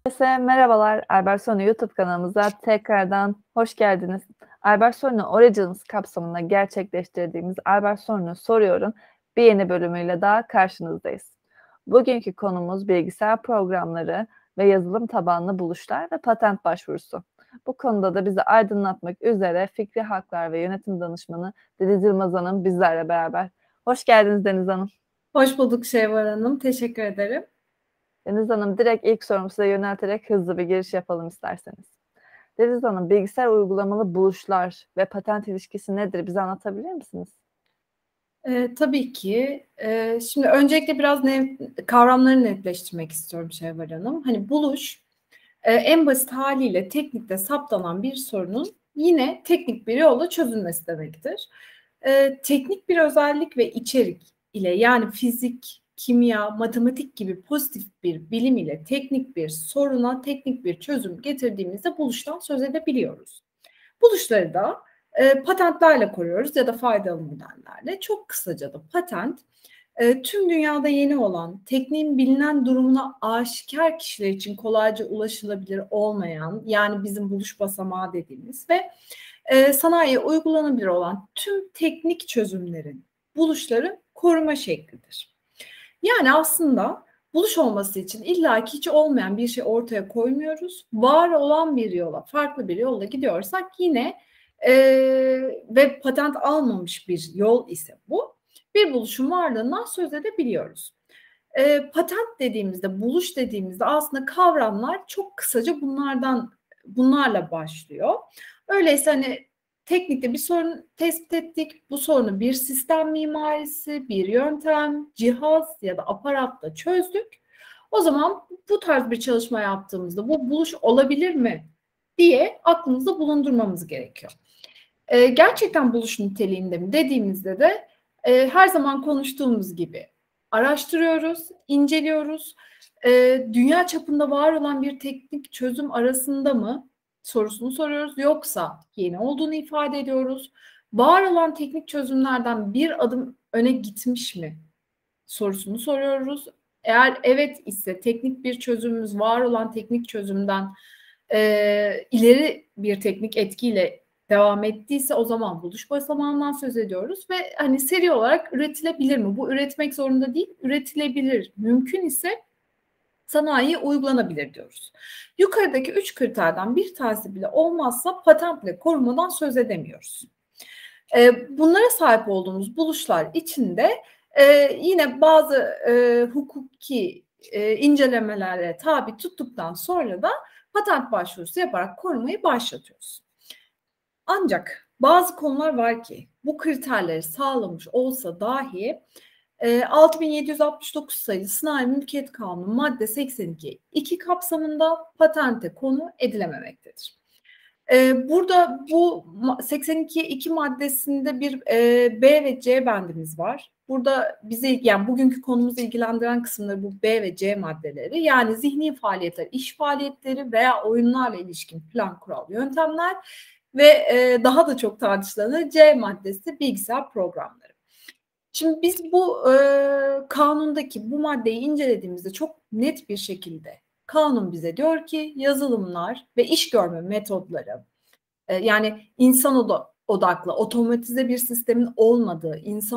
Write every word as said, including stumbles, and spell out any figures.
Herkese merhabalar. Albertsonu YouTube kanalımıza tekrardan hoş geldiniz. Albertsonu Origins kapsamında gerçekleştirdiğimiz Albertsonu Soruyor'un bir yeni bölümüyle daha karşınızdayız. Bugünkü konumuz bilgisayar programları ve yazılım tabanlı buluşlar ve patent başvurusu. Bu konuda da bizi aydınlatmak üzere Fikri Haklar ve Yönetim Danışmanı Deniz Yılmaz Hanım bizlerle beraber. Hoş geldiniz Deniz Hanım. Hoş bulduk Şevval Hanım. Teşekkür ederim. Deniz Hanım, direkt ilk sorumu size yönelterek hızlı bir giriş yapalım isterseniz. Deniz Hanım, bilgisayar uygulamalı buluşlar ve patent ilişkisi nedir? Bize anlatabilir misiniz? Ee, tabii ki. Ee, şimdi öncelikle biraz ne, kavramları netleştirmek istiyorum Şevval Hanım. Hani buluş e, en basit haliyle teknikte saptanan bir sorunun yine teknik bir yolla çözülmesi demektir. Ee, teknik bir özellik ve içerik ile, yani fizik, kimya, matematik gibi pozitif bir bilim ile teknik bir soruna teknik bir çözüm getirdiğimizde buluştan söz edebiliyoruz. Buluşları da e, patentlerle koruyoruz ya da faydalı modellerle. Çok kısaca da patent, e, tüm dünyada yeni olan, tekniğin bilinen durumuna aşikar kişiler için kolayca ulaşılabilir olmayan, yani bizim buluş basamağı dediğimiz ve e, sanayiye uygulanabilir olan tüm teknik çözümlerin buluşları koruma şeklidir. Yani aslında buluş olması için illaki hiç olmayan bir şey ortaya koymuyoruz. Var olan bir yola, farklı bir yolla gidiyorsak yine e, ve patent almamış bir yol ise bu, bir buluşun varlığından söz edebiliyoruz. E, patent dediğimizde, buluş dediğimizde aslında kavramlar çok kısaca bunlardan bunlarla başlıyor. Öyleyse hani teknikte bir sorun tespit ettik. Bu sorunu bir sistem mimarisi, bir yöntem, cihaz ya da aparatla çözdük. O zaman bu tarz bir çalışma yaptığımızda bu buluş olabilir mi diye aklımızda bulundurmamız gerekiyor. Ee, gerçekten buluş niteliğinde mi dediğimizde de e, her zaman konuştuğumuz gibi araştırıyoruz, inceliyoruz. Ee, dünya çapında var olan bir teknik çözüm arasında mı sorusunu soruyoruz. Yoksa yeni olduğunu ifade ediyoruz. Var olan teknik çözümlerden bir adım öne gitmiş mi sorusunu soruyoruz. Eğer evet ise teknik bir çözümümüz var olan teknik çözümden e, ileri bir teknik etkiyle devam ettiyse o zaman buluş basamağından söz ediyoruz ve hani seri olarak üretilebilir mi? Bu üretmek zorunda değil, üretilebilir. Mümkün ise sanayiye uygulanabilir diyoruz. Yukarıdaki üç kriterden bir tanesi bile olmazsa patentle korumadan söz edemiyoruz. E, bunlara sahip olduğumuz buluşlar içinde e, yine bazı e, hukuki e, incelemelere tabi tuttuktan sonra da patent başvurusu yaparak korumayı başlatıyoruz. Ancak bazı konular var ki bu kriterleri sağlamış olsa dahi e, altı bin yedi yüz altmış dokuz sayılı Sanayi Mülkiyet Kanunu madde seksen iki iki kapsamında patente konu edilememektedir. Ee, burada bu seksen iki iki maddesinde bir e, B ve C bandimiz var. Burada bizi, yani bugünkü konumuzu ilgilendiren kısımları bu B ve C maddeleri. Yani zihni faaliyetler, iş faaliyetleri veya oyunlarla ilişkin plan, kural, yöntemler ve e, daha da çok tartışılan C maddesi bilgisayar programları. Şimdi biz bu e, kanundaki bu maddeyi incelediğimizde çok net bir şekilde kanun bize diyor ki yazılımlar ve iş görme metodları, e, yani insan odaklı, otomatize bir sistemin olmadığı, insan